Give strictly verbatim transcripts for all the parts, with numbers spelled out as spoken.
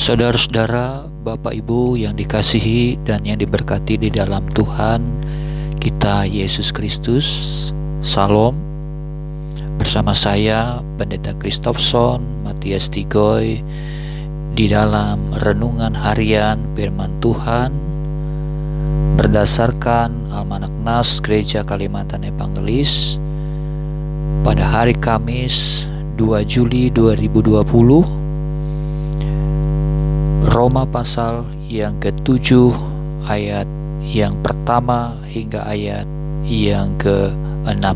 Saudara-saudara, Bapak Ibu yang dikasihi dan yang diberkati di dalam Tuhan kita Yesus Kristus, Salam. Bersama saya Pendeta Kristofson Matias Tigoy di dalam renungan harian Firman Tuhan berdasarkan Almanak Nas Gereja Kalimantan Evangelis pada hari Kamis dua Juli dua ribu dua puluh, Roma pasal yang ketujuh ayat yang pertama hingga ayat yang keenam.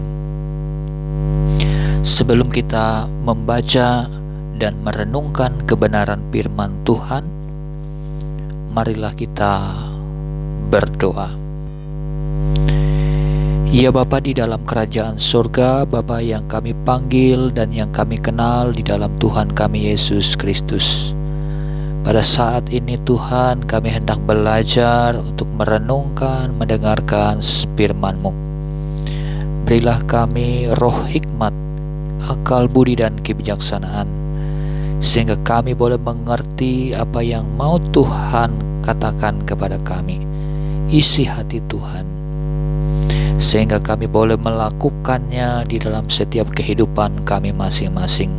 Sebelum kita membaca dan merenungkan kebenaran firman Tuhan, marilah kita berdoa. Ya Bapa di dalam kerajaan surga, Bapa yang kami panggil dan yang kami kenal di dalam Tuhan kami Yesus Kristus. Pada saat ini Tuhan, kami hendak belajar untuk merenungkan, mendengarkan firman-Mu. Berilah kami roh hikmat, akal budi dan kebijaksanaan, sehingga kami boleh mengerti apa yang mau Tuhan katakan kepada kami. Isi hati Tuhan, sehingga kami boleh melakukannya di dalam setiap kehidupan kami masing-masing.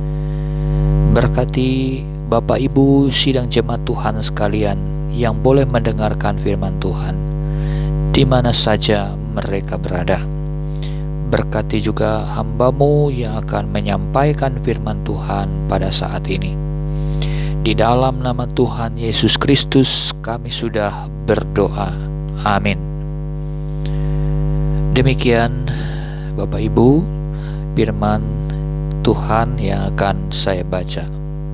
Berkati Bapak Ibu sidang jemaat Tuhan sekalian yang boleh mendengarkan firman Tuhan di mana saja mereka berada. Berkati juga hamba-Mu yang akan menyampaikan firman Tuhan pada saat ini. Di dalam nama Tuhan Yesus Kristus kami sudah berdoa. Amin. Demikian Bapak Ibu firman Tuhan yang akan saya baca.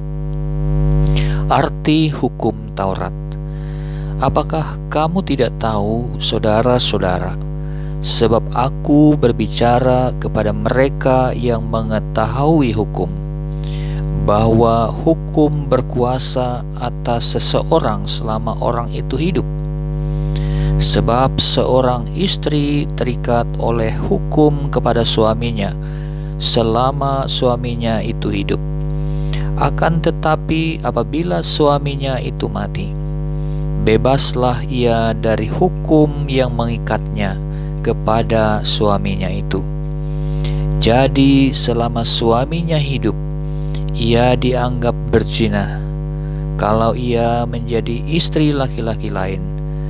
Arti hukum Taurat. Apakah kamu tidak tahu, saudara-saudara, sebab aku berbicara kepada mereka yang mengetahui hukum, bahwa hukum berkuasa atas seseorang selama orang itu hidup. Sebab seorang istri terikat oleh hukum kepada suaminya selama suaminya itu hidup. Akan tetapi apabila suaminya itu mati, bebaslah ia dari hukum yang mengikatnya kepada suaminya itu. Jadi selama suaminya hidup, ia dianggap berzina kalau ia menjadi istri laki-laki lain.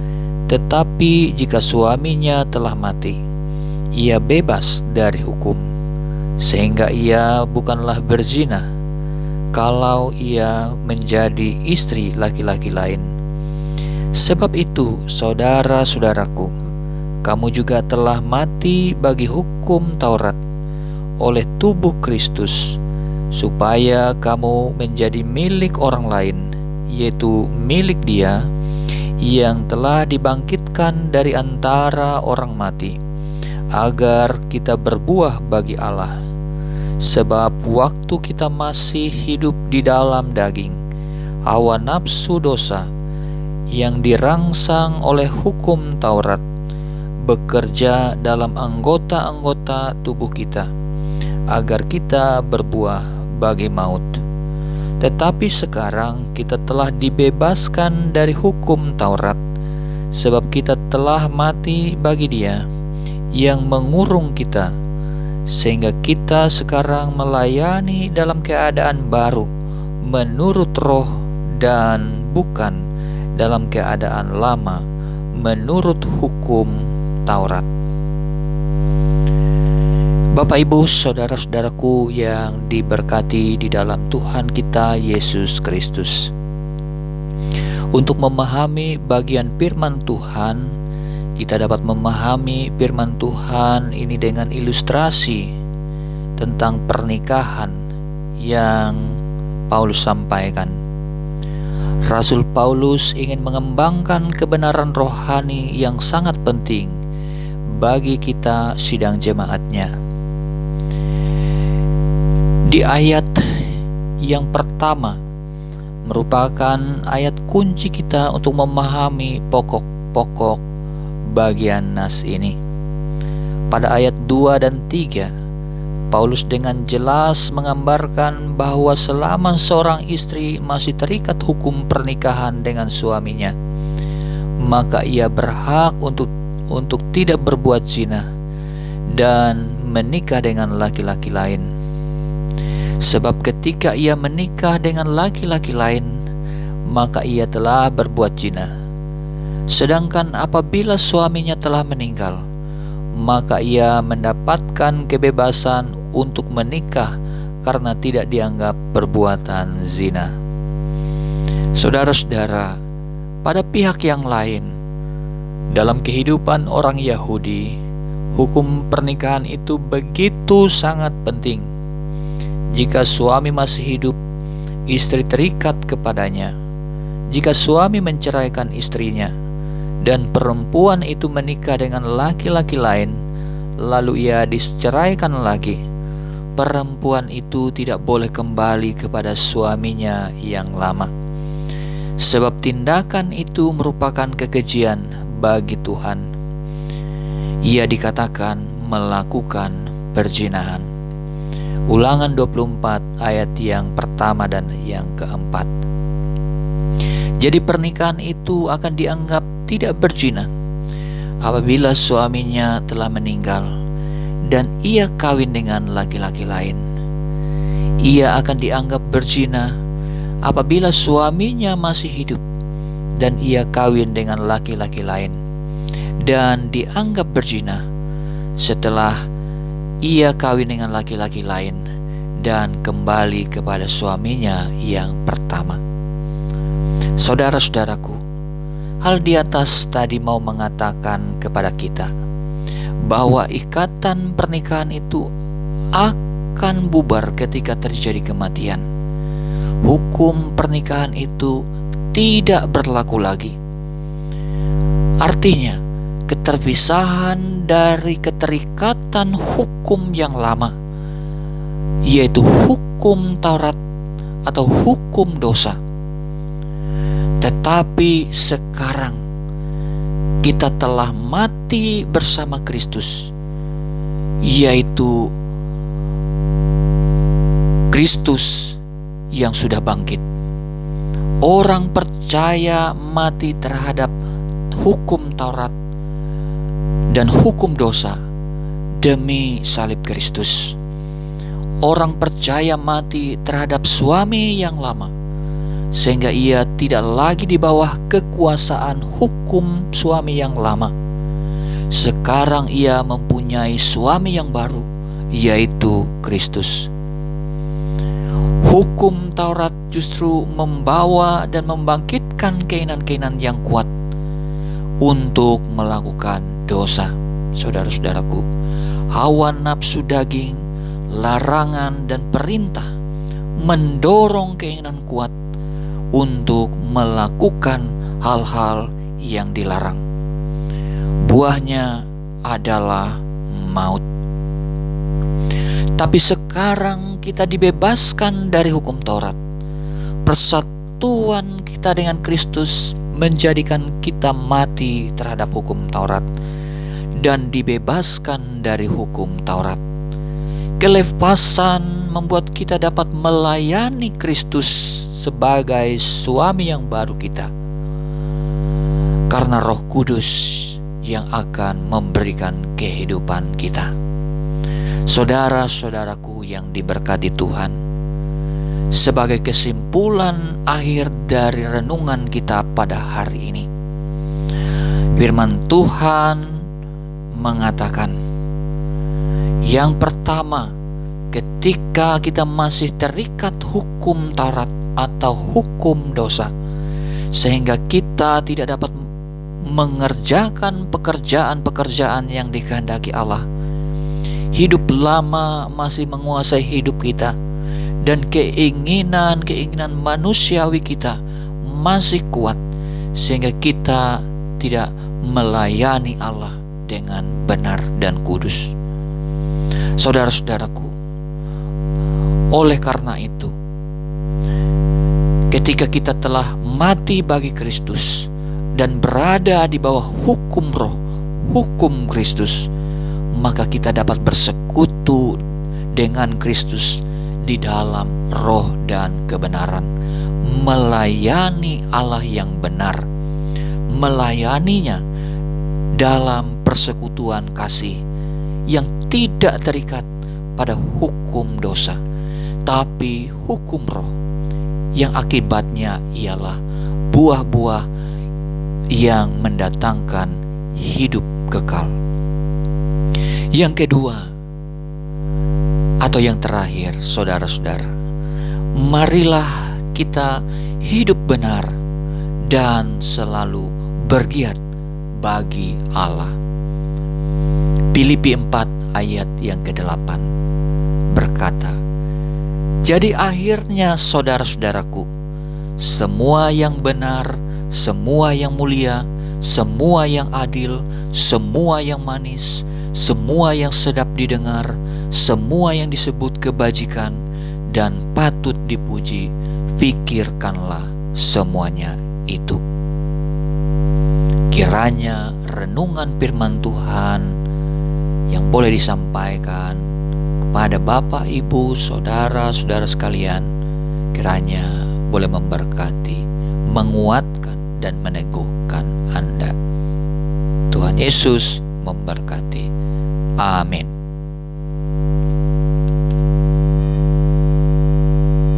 Tetapi jika suaminya telah mati, ia bebas dari hukum, sehingga ia bukanlah berzina kalau ia menjadi istri laki-laki lain. Sebab itu, saudara-saudaraku, kamu juga telah mati bagi hukum Taurat oleh tubuh Kristus, supaya kamu menjadi milik orang lain, yaitu milik Dia yang telah dibangkitkan dari antara orang mati, agar kita berbuah bagi Allah. Sebab waktu kita masih hidup di dalam daging, hawa nafsu dosa yang dirangsang oleh hukum Taurat bekerja dalam anggota-anggota tubuh kita, agar kita berbuah bagi maut. Tetapi sekarang kita telah dibebaskan dari hukum Taurat, sebab kita telah mati bagi Dia yang mengurung kita, sehingga kita sekarang melayani dalam keadaan baru menurut roh dan bukan dalam keadaan lama menurut hukum Taurat. Bapak Ibu saudara-saudaraku yang diberkati di dalam Tuhan kita Yesus Kristus, untuk memahami bagian firman Tuhan, kita dapat memahami firman Tuhan ini dengan ilustrasi tentang pernikahan yang Paulus sampaikan. Rasul Paulus ingin mengembangkan kebenaran rohani yang sangat penting bagi kita sidang jemaatnya. Di ayat yang pertama merupakan ayat kunci kita untuk memahami pokok-pokok bagian nas ini. Pada ayat dua dan tiga Paulus dengan jelas menggambarkan bahwa selama seorang istri masih terikat hukum pernikahan dengan suaminya, maka ia berhak untuk untuk tidak berbuat zina dan menikah dengan laki-laki lain. Sebab ketika ia menikah dengan laki-laki lain, maka ia telah berbuat zina. Sedangkan apabila suaminya telah meninggal, maka ia mendapatkan kebebasan untuk menikah karena tidak dianggap perbuatan zina. Saudara-saudara, pada pihak yang lain, dalam kehidupan orang Yahudi, hukum pernikahan itu begitu sangat penting. Jika suami masih hidup, istri terikat kepadanya. Jika suami menceraikan istrinya, dan perempuan itu menikah dengan laki-laki lain, lalu ia diceraikan lagi, perempuan itu tidak boleh kembali kepada suaminya yang lama. Sebab tindakan itu merupakan kekejian bagi Tuhan. Ia dikatakan melakukan perzinahan. Ulangan dua puluh empat ayat yang pertama dan yang keempat. Jadi pernikahan itu akan dianggap tidak berzina apabila suaminya telah meninggal dan ia kawin dengan laki-laki lain. Ia akan dianggap berzina apabila suaminya masih hidup dan ia kawin dengan laki-laki lain, dan dianggap berzina setelah ia kawin dengan laki-laki lain dan kembali kepada suaminya yang pertama. Saudara-saudaraku, hal di atas tadi mau mengatakan kepada kita bahwa ikatan pernikahan itu akan bubar ketika terjadi kematian. Hukum pernikahan itu tidak berlaku lagi. Artinya, keterpisahan dari keterikatan hukum yang lama, yaitu hukum Taurat atau hukum dosa. Tetapi sekarang kita telah mati bersama Kristus, yaitu Kristus yang sudah bangkit. Orang percaya mati terhadap hukum Taurat dan hukum dosa demi salib Kristus. Orang percaya mati terhadap suami yang lama, sehingga ia tidak lagi di bawah kekuasaan hukum suami yang lama. Sekarang ia mempunyai suami yang baru, yaitu Kristus. Hukum Taurat justru membawa dan membangkitkan keinginan-keinginan yang kuat untuk melakukan dosa. Saudara-saudaraku, hawa nafsu daging, larangan dan perintah mendorong keinginan kuat untuk melakukan hal-hal yang dilarang. Buahnya adalah maut. Tapi sekarang kita dibebaskan dari hukum Taurat. Persatuan kita dengan Kristus menjadikan kita mati terhadap hukum Taurat dan dibebaskan dari hukum Taurat. Kelepasan membuat kita dapat melayani Kristus sebagai suami yang baru kita, karena Roh Kudus yang akan memberikan kehidupan kita. Saudara-saudaraku yang diberkati Tuhan, sebagai kesimpulan akhir dari renungan kita pada hari ini, firman Tuhan mengatakan, yang pertama, ketika kita masih terikat hukum Taurat atau hukum dosa, sehingga kita tidak dapat mengerjakan pekerjaan-pekerjaan yang dikehendaki Allah, hidup lama masih menguasai hidup kita, dan keinginan-keinginan manusiawi kita masih kuat, sehingga kita tidak melayani Allah dengan benar dan kudus. Saudara-saudaraku, oleh karena itu, ketika kita telah mati bagi Kristus dan berada di bawah hukum Roh, hukum Kristus, maka kita dapat bersekutu dengan Kristus di dalam roh dan kebenaran, melayani Allah yang benar, melayaninya dalam persekutuan kasih yang tidak terikat pada hukum dosa, tapi hukum roh, yang akibatnya ialah buah-buah yang mendatangkan hidup kekal. Yang kedua, atau yang terakhir, saudara-saudara, marilah kita hidup benar dan selalu bergiat bagi Allah. Filipi empat ayat yang kedelapan berkata, "Jadi akhirnya saudara-saudaraku, semua yang benar, semua yang mulia, semua yang adil, semua yang manis, semua yang sedap didengar, semua yang disebut kebajikan dan patut dipuji, pikirkanlah semuanya itu." Kiranya renungan firman Tuhan yang boleh disampaikan kepada Bapak, Ibu, saudara-saudara sekalian, kiranya boleh memberkati, menguatkan, dan meneguhkan Anda. Tuhan Yesus memberkati. Amin.